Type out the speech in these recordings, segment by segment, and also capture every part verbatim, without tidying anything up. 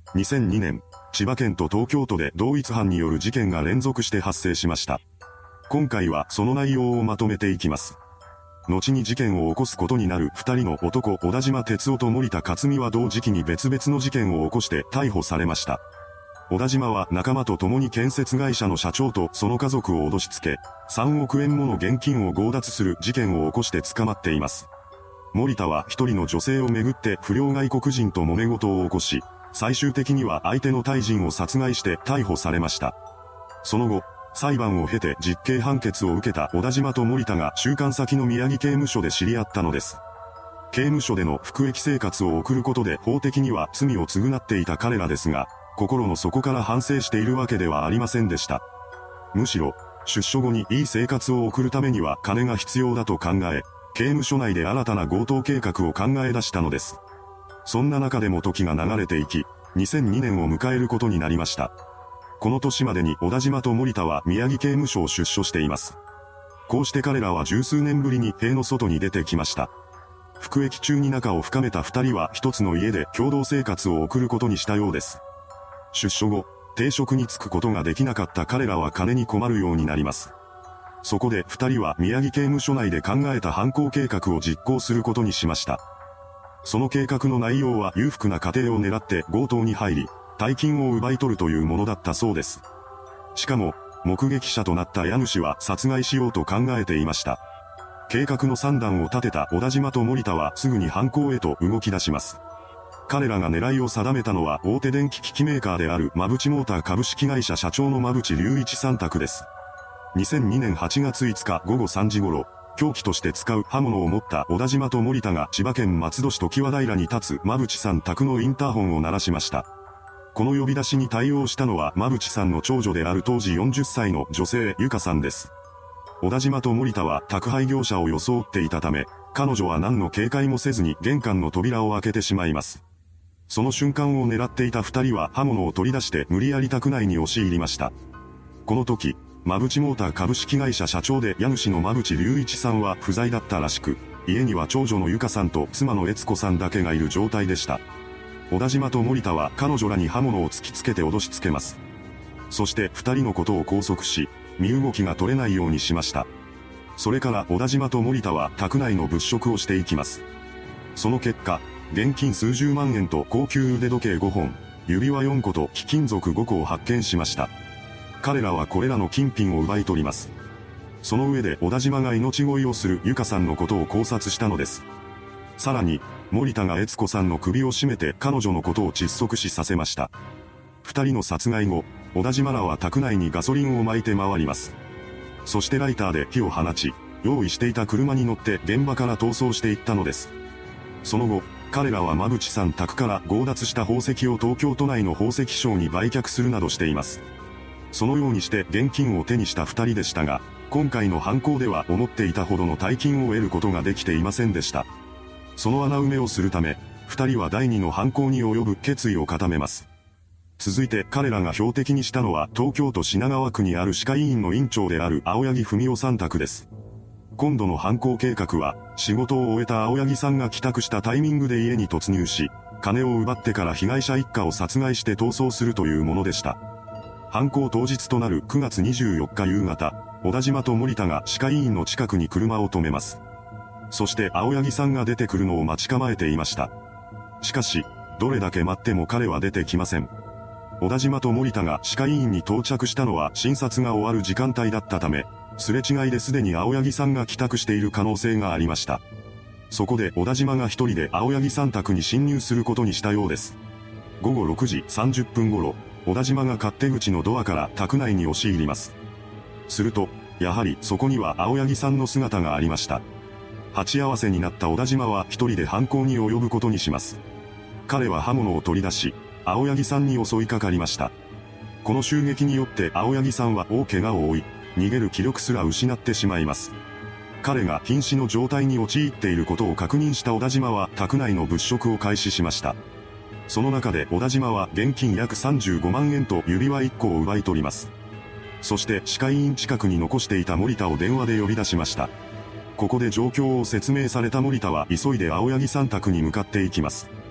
にせんにねん、千葉県と東京都で同一犯による事件が連続して発生しました。今回はその内容をまとめていきます。後に事件を起こすことになる二人の男、小田島哲夫と森田克美は同時期に別々の事件を起こして逮捕されました。小田島は仲間と共に建設会社の社長とその家族を脅しつけ、さんおくえんもの現金を強奪する事件を起こして捕まっています。森田は一人の女性をめぐって不良外国人と揉め事を起こし、最終的には相手のタイ人を殺害して逮捕されました。その後、裁判を経て実刑判決を受けた小田島と森田が収監先の宮城刑務所で知り合ったのです。刑務所での服役生活を送ることで法的には罪を償っていた彼らですが、心の底から反省しているわけではありませんでした。むしろ、出所後にいい生活を送るためには金が必要だと考え、刑務所内で新たな強盗計画を考え出したのです。そんな中でも時が流れていき、にせんにねんを迎えることになりました。この年までに小田島と森田は宮城刑務所を出所しています。こうして彼らは十数年ぶりに塀の外に出てきました。服役中に仲を深めた二人は一つの家で共同生活を送ることにしたようです。出所後、定職に就くことができなかった彼らは金に困るようになります。そこで二人は宮城刑務所内で考えた犯行計画を実行することにしました。その計画の内容は裕福な家庭を狙って強盗に入り、大金を奪い取るというものだったそうです。しかも、目撃者となった家主は殺害しようと考えていました。計画の算段を立てた小田島と森田はすぐに犯行へと動き出します。彼らが狙いを定めたのは大手電気機器メーカーである馬淵モーター株式会社社長の馬淵隆一さん宅です。にせんにねんはちがついつかごごさんじ頃、凶器として使う刃物を持った小田島と森田が千葉県松戸市常盤平に立つ馬淵さん宅のインターホンを鳴らしました。この呼び出しに対応したのは馬淵さんの長女である当時よんじゅっさいの女性ゆかさんです。小田島と森田は宅配業者を装っていたため、彼女は何の警戒もせずに玄関の扉を開けてしまいます。その瞬間を狙っていた二人は刃物を取り出して無理やり宅内に押し入りました。この時、馬淵モーター株式会社社長で家主の馬淵隆一さんは不在だったらしく、家には長女のゆかさんと妻の悦子さんだけがいる状態でした。小田島と森田は彼女らに刃物を突きつけて脅しつけます。そして二人のことを拘束し、身動きが取れないようにしました。それから小田島と森田は宅内の物色をしていきます。その結果、現金数十万円と高級腕時計ごほん、指輪よんこと貴金属ごこを発見しました。彼らはこれらの金品を奪い取ります。その上で小田島が命乞いをするゆかさんのことを考察したのです。さらに、森田が悦子さんの首を絞めて彼女のことを窒息死させました。二人の殺害後、小田島らは宅内にガソリンを撒いて回ります。そしてライターで火を放ち、用意していた車に乗って現場から逃走していったのです。その後、彼らは馬淵さん宅から強奪した宝石を東京都内の宝石商に売却するなどしています。そのようにして現金を手にした二人でしたが、今回の犯行では思っていたほどの大金を得ることができていませんでした。その穴埋めをするため、二人は第二の犯行に及ぶ決意を固めます。続いて彼らが標的にしたのは東京都品川区にある歯科医院の院長である青柳文夫さん宅です。今度の犯行計画は、仕事を終えた青柳さんが帰宅したタイミングで家に突入し、金を奪ってから被害者一家を殺害して逃走するというものでした。犯行当日となるくがつにじゅうよっか夕方、小田島と森田が歯科医院の近くに車を止めます。そして青柳さんが出てくるのを待ち構えていました。しかし、どれだけ待っても彼は出てきません。小田島と森田が歯科医院に到着したのは診察が終わる時間帯だったため、すれ違いですでに青柳さんが帰宅している可能性がありました。そこで小田島が一人で青柳さん宅に侵入することにしたようです。ごごろくじさんじゅっぷん頃、小田島が勝手口のドアから宅内に押し入ります。すると、やはりそこには青柳さんの姿がありました。鉢合わせになった小田島は一人で犯行に及ぶことにします。彼は刃物を取り出し、青柳さんに襲いかかりました。この襲撃によって青柳さんは大怪我を負い、逃げる気力すら失ってしまいます。彼が瀕死の状態に陥っていることを確認した小田島は宅内の物色を開始しました。その中で小田島は現金約さんじゅうごまんえんと指輪いっこを奪い取ります。そして歯科医院近くに残していた森田を電話で呼び出しました。ここで状況を説明された森田は急いで青柳さん宅に向かっていきます。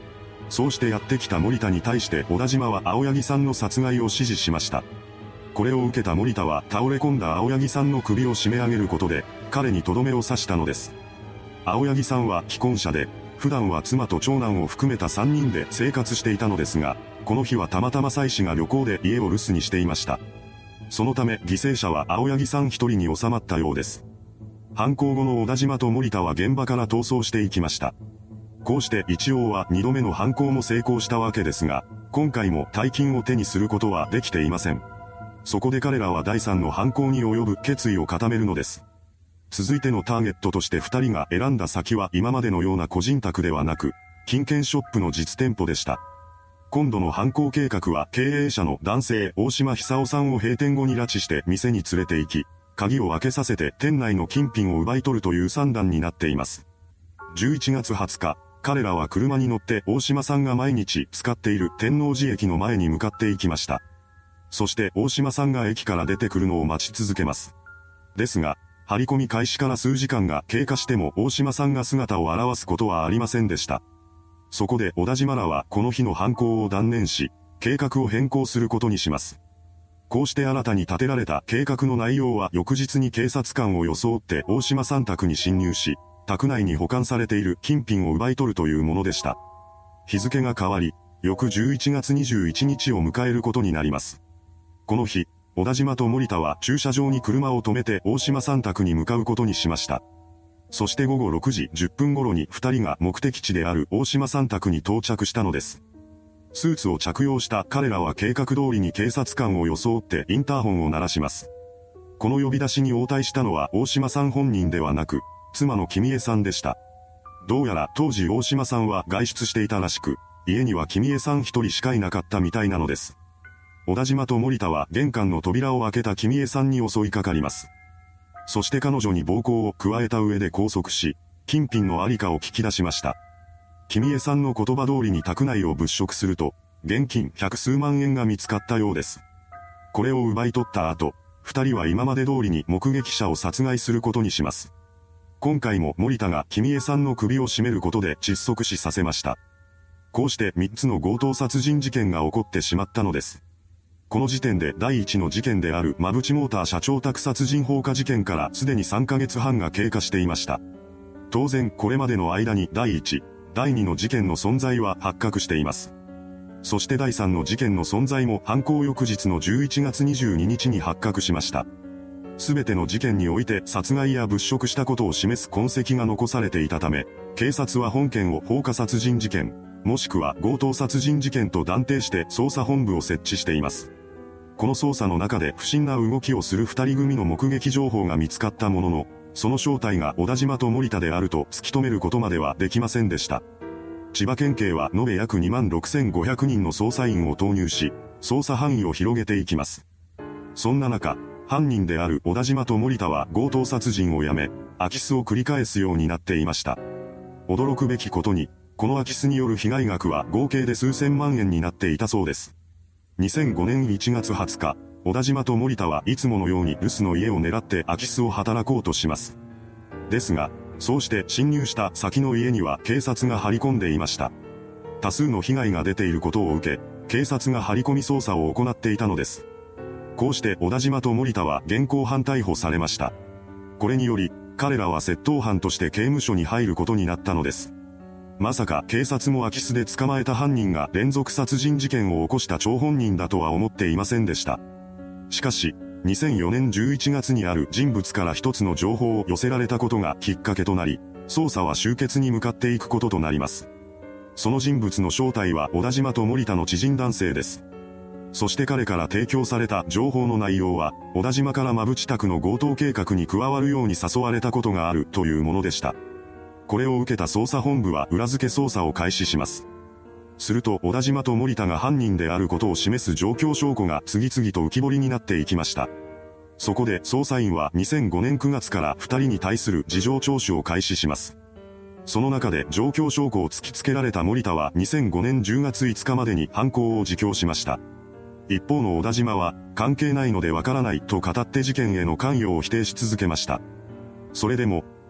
そうしてやってきた森田に対して小田島は青柳さんの殺害を指示しました。これを受けた森田は倒れ込んだ青柳さんの首を締め上げることで、彼にとどめを刺したのです。青柳さんは既婚者で、普段は妻と長男を含めたさんにんで生活していたのですが、この日はたまたま妻子が旅行で家を留守にしていました。そのため犠牲者は青柳さん一人に収まったようです。犯行後の小田島と森田は現場から逃走していきました。こうして一応はにどめの犯行も成功したわけですが、今回も大金を手にすることはできていません。そこで彼らはだいさんの犯行に及ぶ決意を固めるのです。続いてのターゲットとしてふたりが選んだ先は今までのような個人宅ではなく、金券ショップの実店舗でした。今度の犯行計画は経営者の男性大島久夫さんを閉店後に拉致して店に連れて行き、鍵を開けさせて店内の金品を奪い取るという算段になっています。じゅういちがつはつか、彼らは車に乗って大島さんが毎日使っている天王寺駅の前に向かっていきました。そして大島さんが駅から出てくるのを待ち続けます。ですが、張り込み開始から数時間が経過しても大島さんが姿を現すことはありませんでした。そこで小田島らはこの日の犯行を断念し、計画を変更することにします。こうして新たに立てられた計画の内容は翌日に警察官を装って大島さん宅に侵入し、宅内に保管されている金品を奪い取るというものでした。日付が変わり、翌じゅういちがつにじゅういちにちを迎えることになります。この日、小田島と森田は駐車場に車を止めて大島さん宅に向かうことにしました。そして午後ろくじじゅっぷん頃にふたりが目的地である大島さん宅に到着したのです。スーツを着用した彼らは計画通りに警察官を装ってインターホンを鳴らします。この呼び出しに応対したのは大島さん本人ではなく、妻の君江さんでした。どうやら当時大島さんは外出していたらしく、家には君江さん一人しかいなかったみたいなのです。小田島と森田は玄関の扉を開けた君江さんに襲いかかります。そして彼女に暴行を加えた上で拘束し、金品のありかを聞き出しました。君江さんの言葉通りに宅内を物色すると、現金百数万円が見つかったようです。これを奪い取った後、二人は今まで通りに目撃者を殺害することにします。今回も森田が君江さんの首を絞めることで窒息死させました。こうして三つの強盗殺人事件が起こってしまったのです。この時点で第一の事件である馬淵モーター社長宅殺人放火事件からすでにさんかげつはんが経過していました。当然これまでの間に第一、第二の事件の存在は発覚しています。そして第三の事件の存在も犯行翌日のじゅういちがつにじゅうににちに発覚しました。すべての事件において殺害や物色したことを示す痕跡が残されていたため、警察は本件を放火殺人事件、もしくは強盗殺人事件と断定して捜査本部を設置しています。この捜査の中で不審な動きをする二人組の目撃情報が見つかったものの、その正体が小田島と森田であると突き止めることまではできませんでした。千葉県警は延べ約にまんろくせんごひゃくにんの捜査員を投入し、捜査範囲を広げていきます。そんな中、犯人である小田島と森田は強盗殺人をやめ、空き巣を繰り返すようになっていました。驚くべきことに、この空き巣による被害額は合計で数千万円になっていたそうです。にせんごねんいちがつはつか、小田島と森田はいつものように留守の家を狙って空き巣を働こうとします。ですが、そうして侵入した先の家には警察が張り込んでいました。多数の被害が出ていることを受け、警察が張り込み捜査を行っていたのです。こうして小田島と森田は現行犯逮捕されました。これにより、彼らは窃盗犯として刑務所に入ることになったのです。まさか警察も空き巣で捕まえた犯人が連続殺人事件を起こした張本人だとは思っていませんでした。しかし、にせんよねんじゅういちがつにある人物から一つの情報を寄せられたことがきっかけとなり、捜査は終結に向かっていくこととなります。その人物の正体は小田島と森田の知人男性です。そして彼から提供された情報の内容は、小田島から馬淵宅の強盗計画に加わるように誘われたことがあるというものでした。これを受けた捜査本部は裏付け捜査を開始します。すると小田島と森田が犯人であることを示す状況証拠が次々と浮き彫りになっていきました。そこで捜査員はにせんごねんくがつからふたりに対する事情聴取を開始します。その中で状況証拠を突きつけられた森田はにせんごねんじゅうがついつかまでに犯行を自供しました。一方の小田島は関係ないのでわからないと語って事件への関与を否定し続けました。それでも、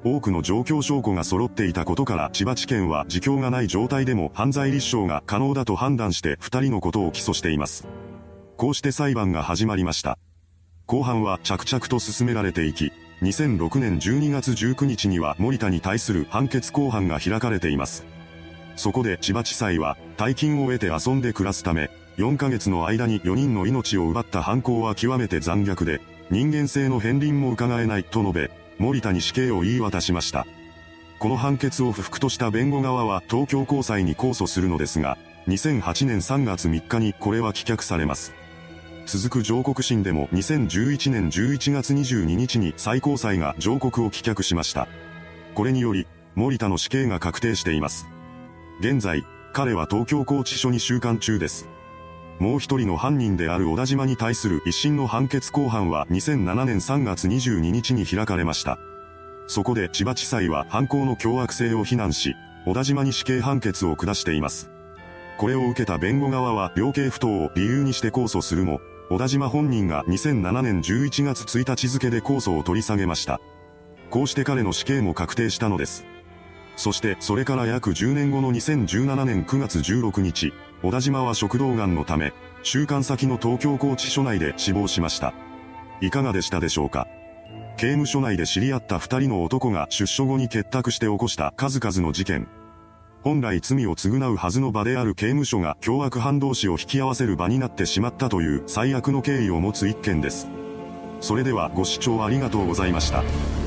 多くの状況証拠が揃っていたことから千葉地検は自供がない状態でも犯罪立証が可能だと判断してふたりのことを起訴しています。こうして裁判が始まりました。公判は着々と進められていき、にせんろくねんじゅうにがつじゅうくにちには森田に対する判決公判が開かれています。そこで千葉地裁は、大金を得て遊んで暮らすため、よんかげつの間によにんの命を奪った犯行は極めて残虐で、人間性の片鱗も伺えないと述べ、森田に死刑を言い渡しました。この判決を不服とした弁護側は東京高裁に控訴するのですが、にせんはちねんさんがつみっかにこれは棄却されます。続く上告審でもにせんじゅういちねんじゅういちがつにじゅうににちに最高裁が上告を棄却しました。これにより、森田の死刑が確定しています。現在、彼は東京拘置所に収監中です。もう一人の犯人である小田島に対する一審の判決公判はにせんななねんさんがつにじゅうににちに開かれました。そこで千葉地裁は犯行の凶悪性を非難し、小田島に死刑判決を下しています。これを受けた弁護側は量刑不当を理由にして控訴するも、小田島本人がにせんななねんじゅういちがつついたち付で控訴を取り下げました。こうして彼の死刑も確定したのです。そしてそれから約じゅうねんごのにせんじゅうななねんくがつじゅうろくにち、小田島は食道がんのため、収監先の東京拘置所内で死亡しました。いかがでしたでしょうか。刑務所内で知り合った二人の男が出所後に結託して起こした数々の事件。本来罪を償うはずの場である刑務所が凶悪犯同士を引き合わせる場になってしまったという最悪の経緯を持つ一件です。それではご視聴ありがとうございました。